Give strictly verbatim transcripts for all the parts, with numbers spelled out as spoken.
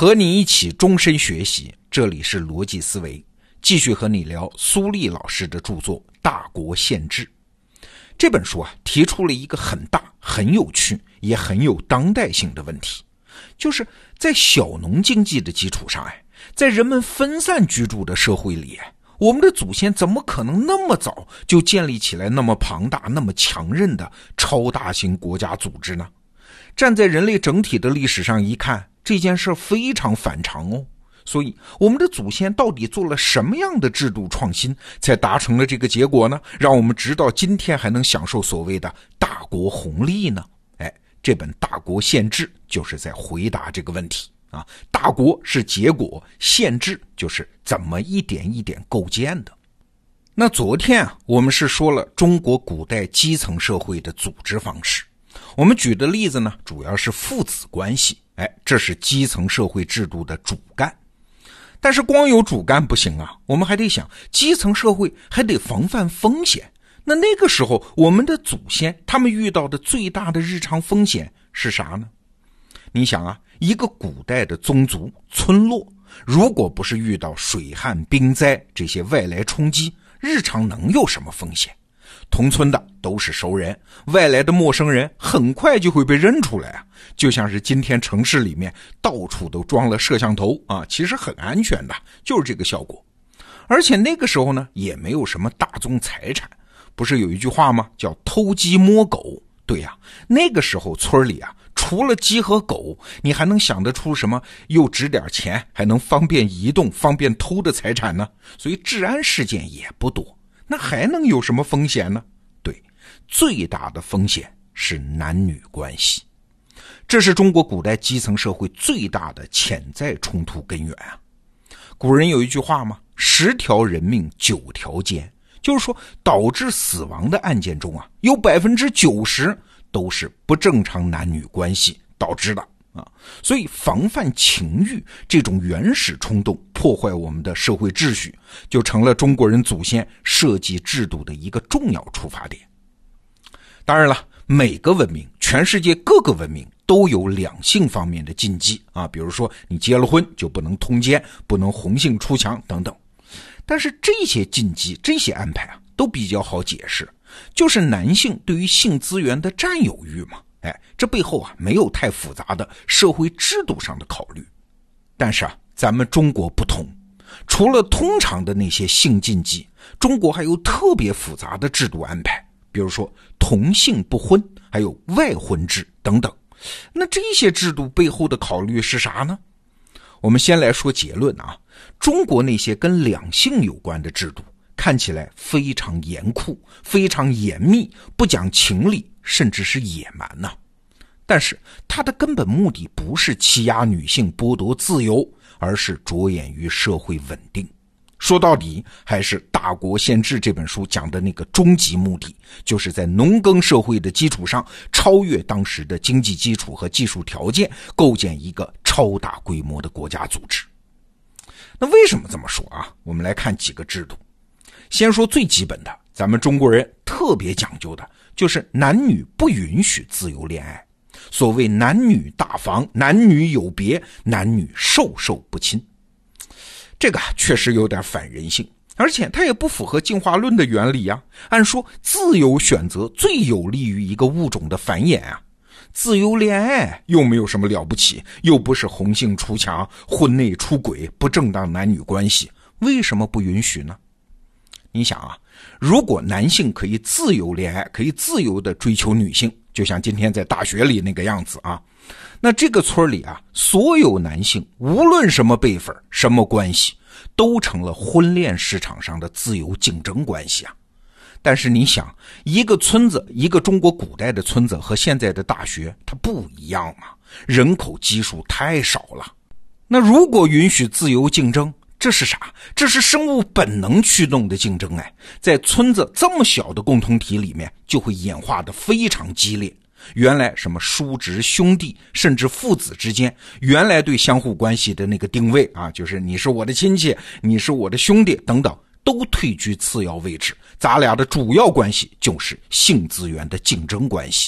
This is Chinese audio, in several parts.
和你一起终身学习，这里是逻辑思维，继续和你聊苏立老师的著作《大国宪制》。这本书啊，提出了一个很大、很有趣，也很有当代性的问题，就是在小农经济的基础上，哎，在人们分散居住的社会里，我们的祖先怎么可能那么早就建立起来那么庞大、那么强韧的超大型国家组织呢？站在人类整体的历史上一看，这件事非常反常哦。所以我们的祖先到底做了什么样的制度创新，才达成了这个结果呢？让我们直到今天还能享受所谓的大国红利呢？哎，这本《大国宪制》就是在回答这个问题啊。大国是结果，宪制就是怎么一点一点构建的。那昨天啊，我们是说了中国古代基层社会的组织方式，我们举的例子呢，主要是父子关系，哎，这是基层社会制度的主干。但是光有主干不行啊，我们还得想，基层社会还得防范风险。那那个时候，我们的祖先他们遇到的最大的日常风险是啥呢？你想啊，一个古代的宗族村落，如果不是遇到水旱冰灾这些外来冲击，日常能有什么风险？同村的都是熟人，外来的陌生人很快就会被认出来啊，就像是今天城市里面到处都装了摄像头啊，其实很安全的，就是这个效果。而且那个时候呢，也没有什么大宗财产，不是有一句话吗？叫偷鸡摸狗。对呀、啊，那个时候村里啊，除了鸡和狗，你还能想得出什么又值点钱，还能方便移动、方便偷的财产呢？所以治安事件也不多。那还能有什么风险呢？对，最大的风险是男女关系，这是中国古代基层社会最大的潜在冲突根源啊。古人有一句话嘛，十条人命九条奸，就是说导致死亡的案件中啊，有 百分之九十 都是不正常男女关系导致的啊。所以防范情欲这种原始冲动破坏我们的社会秩序，就成了中国人祖先设计制度的一个重要出发点。当然了，每个文明，全世界各个文明都有两性方面的禁忌啊，比如说你结了婚就不能通奸，不能红杏出墙等等。但是这些禁忌，这些安排啊，都比较好解释，就是男性对于性资源的占有欲嘛。哎，这背后啊，没有太复杂的社会制度上的考虑。但是啊，咱们中国不同，除了通常的那些性禁忌，中国还有特别复杂的制度安排，比如说同性不婚，还有外婚制等等。那这些制度背后的考虑是啥呢？我们先来说结论啊，中国那些跟两性有关的制度，看起来非常严酷，非常严密，不讲情理，甚至是野蛮呐、啊。但是它的根本目的不是欺压女性、剥夺自由，而是着眼于社会稳定。说到底，还是《大国宪制》这本书讲的那个终极目的，就是在农耕社会的基础上，超越当时的经济基础和技术条件，构建一个超大规模的国家组织。那为什么这么说啊？我们来看几个制度。先说最基本的，咱们中国人特别讲究的，就是男女不允许自由恋爱。所谓男女大防，男女有别，男女授受不亲。这个确实有点反人性，而且它也不符合进化论的原理啊。按说自由选择最有利于一个物种的繁衍啊，自由恋爱又没有什么了不起，又不是红杏出墙、婚内出轨、不正当男女关系，为什么不允许呢？你想啊，如果男性可以自由恋爱，可以自由的追求女性，就像今天在大学里那个样子啊，那这个村里啊，所有男性无论什么辈分、什么关系，都成了婚恋市场上的自由竞争关系啊。但是你想，一个村子，一个中国古代的村子和现在的大学它不一样嘛，人口基数太少了。那如果允许自由竞争，这是啥？这是生物本能驱动的竞争哎，在村子这么小的共同体里面，就会演化得非常激烈。原来什么叔侄兄弟甚至父子之间，原来对相互关系的那个定位啊，就是你是我的亲戚，你是我的兄弟等等，都退居次要位置。咱俩的主要关系就是性资源的竞争关系。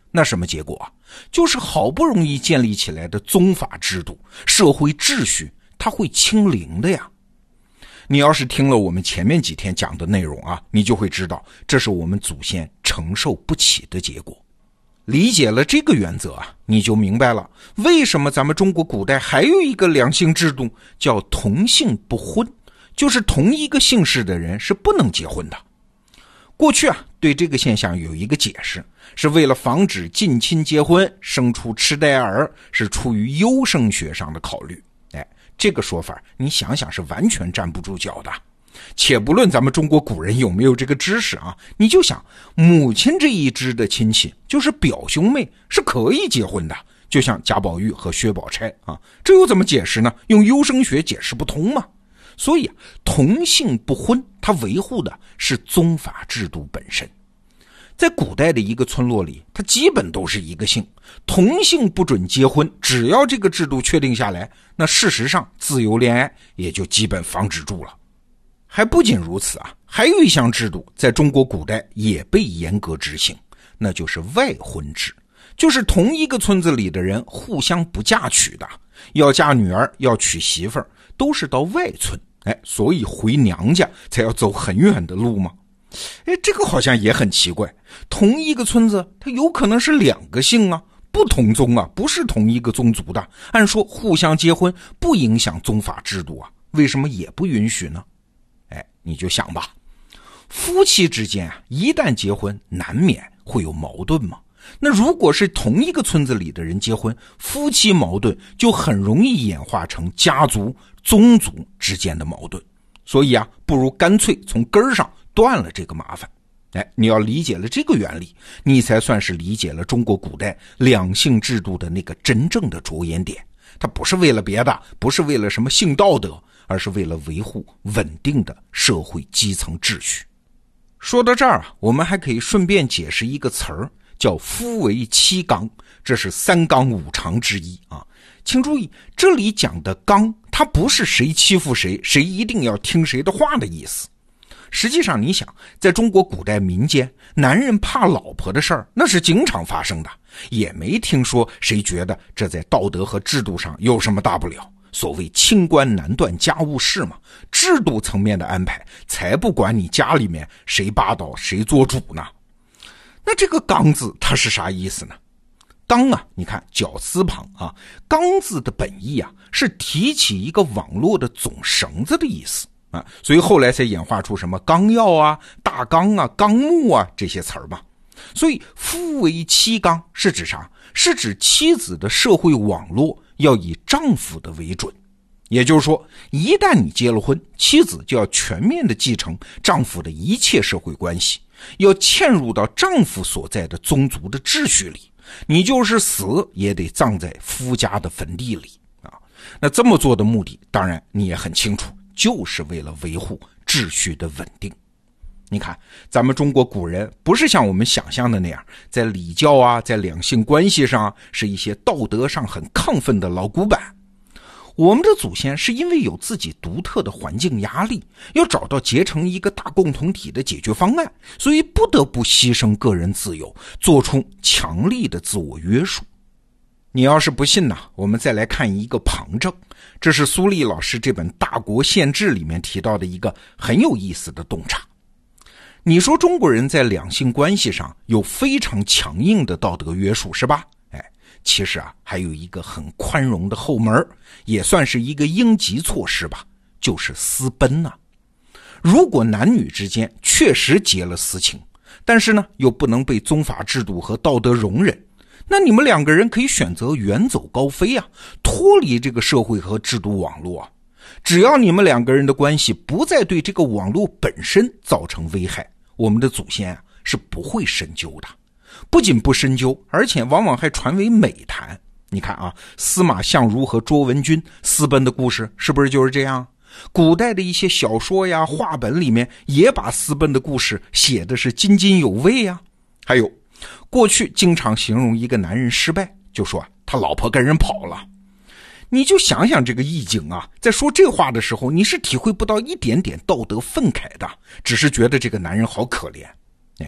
那什么结果啊？就是好不容易建立起来的宗法制度、社会秩序，它会清零的呀。你要是听了我们前面几天讲的内容啊，你就会知道这是我们祖先承受不起的结果。理解了这个原则啊，你就明白了为什么咱们中国古代还有一个两性制度叫同姓不婚，就是同一个姓氏的人是不能结婚的。过去啊，对这个现象有一个解释，是为了防止近亲结婚生出痴呆儿，是出于优生学上的考虑。哎，这个说法你想想是完全站不住脚的。且不论咱们中国古人有没有这个知识啊，你就想母亲这一支的亲戚，就是表兄妹是可以结婚的，就像贾宝玉和薛宝钗啊，这又怎么解释呢？用优生学解释不通嘛。所以啊，同姓不婚，它维护的是宗法制度本身。在古代的一个村落里，它基本都是一个姓，同姓不准结婚，只要这个制度确定下来，那事实上自由恋爱也就基本防止住了。还不仅如此啊，还有一项制度在中国古代也被严格执行，那就是外婚制，就是同一个村子里的人互相不嫁娶的，要嫁女儿要娶媳妇儿都是到外村，哎，所以回娘家才要走很远的路吗？哎，这个好像也很奇怪，同一个村子它有可能是两个姓啊，不同宗啊，不是同一个宗族的，按说互相结婚不影响宗法制度啊，为什么也不允许呢？哎，你就想吧，夫妻之间啊，一旦结婚难免会有矛盾嘛。那如果是同一个村子里的人结婚，夫妻矛盾就很容易演化成家族、宗族之间的矛盾。所以啊，不如干脆从根儿上断了这个麻烦。哎，你要理解了这个原理，你才算是理解了中国古代两姓制度的那个真正的着眼点。它不是为了别的，不是为了什么性道德，而是为了维护稳定的社会基层秩序。说到这儿啊，我们还可以顺便解释一个词儿，叫夫为妻纲，这是三纲五常之一啊。请注意，这里讲的纲，它不是谁欺负谁，谁一定要听谁的话的意思。实际上你想，在中国古代民间，男人怕老婆的事儿那是经常发生的，也没听说谁觉得这在道德和制度上有什么大不了。所谓清官难断家务事嘛，制度层面的安排才不管你家里面谁霸道谁做主呢。那这个纲字它是啥意思呢？纲啊，你看绞丝旁啊，纲字的本意啊是提起一个网络的总绳子的意思啊，所以后来才演化出什么纲要啊、大纲啊、纲目啊这些词儿嘛。所以夫为妻纲是指啥？是指妻子的社会网络要以丈夫的为准。也就是说，一旦你结了婚，妻子就要全面的继承丈夫的一切社会关系，要嵌入到丈夫所在的宗族的秩序里，你就是死也得葬在夫家的坟地里啊。那这么做的目的当然你也很清楚，就是为了维护秩序的稳定。你看咱们中国古人不是像我们想象的那样，在礼教啊，在两性关系上啊，是一些道德上很亢奋的老古板。我们的祖先是因为有自己独特的环境压力，要找到结成一个大共同体的解决方案，所以不得不牺牲个人自由，做出强力的自我约束。你要是不信呢，我们再来看一个旁证，这是苏立老师这本《大国宪制》里面提到的一个很有意思的洞察。你说中国人在两性关系上有非常强硬的道德约束是吧？哎，其实啊还有一个很宽容的后门，也算是一个应急措施吧，就是私奔啊。如果男女之间确实结了私情，但是呢又不能被宗法制度和道德容忍，那你们两个人可以选择远走高飞啊，脱离这个社会和制度网络啊。只要你们两个人的关系不再对这个网络本身造成危害，我们的祖先啊是不会深究的。不仅不深究，而且往往还传为美谈。你看啊，司马相如和卓文君私奔的故事是不是就是这样？古代的一些小说呀、话本里面也把私奔的故事写的是津津有味呀。还有过去经常形容一个男人失败，就说啊他老婆跟人跑了。你就想想这个意境啊，在说这话的时候，你是体会不到一点点道德愤慨的，只是觉得这个男人好可怜。哎，你看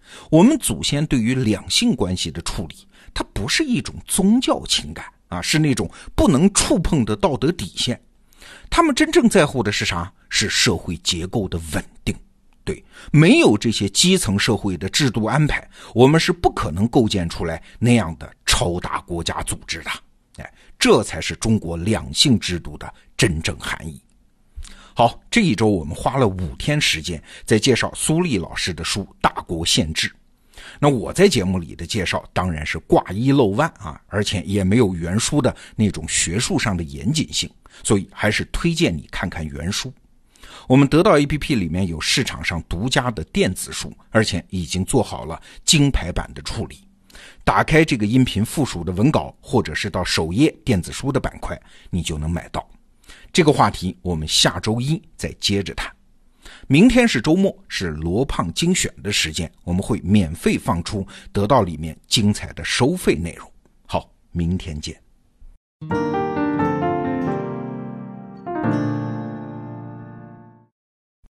我们祖先对于两性关系的处理，它不是一种宗教情感啊，是那种不能触碰的道德底线。他们真正在乎的是啥？是社会结构的稳定。对，没有这些基层社会的制度安排，我们是不可能构建出来那样的超大国家组织的。哎，这才是中国两性制度的真正含义。好，这一周我们花了五天时间在介绍苏立老师的书《大国宪制》。那我在节目里的介绍当然是挂一漏万啊，而且也没有原书的那种学术上的严谨性，所以还是推荐你看看原书。我们得到 A P P 里面有市场上独家的电子书，而且已经做好了精排版的处理。打开这个音频附属的文稿，或者是到首页电子书的板块，你就能买到。这个话题我们下周一再接着谈。明天是周末，是罗胖精选的时间，我们会免费放出得到里面精彩的收费内容。好，明天见。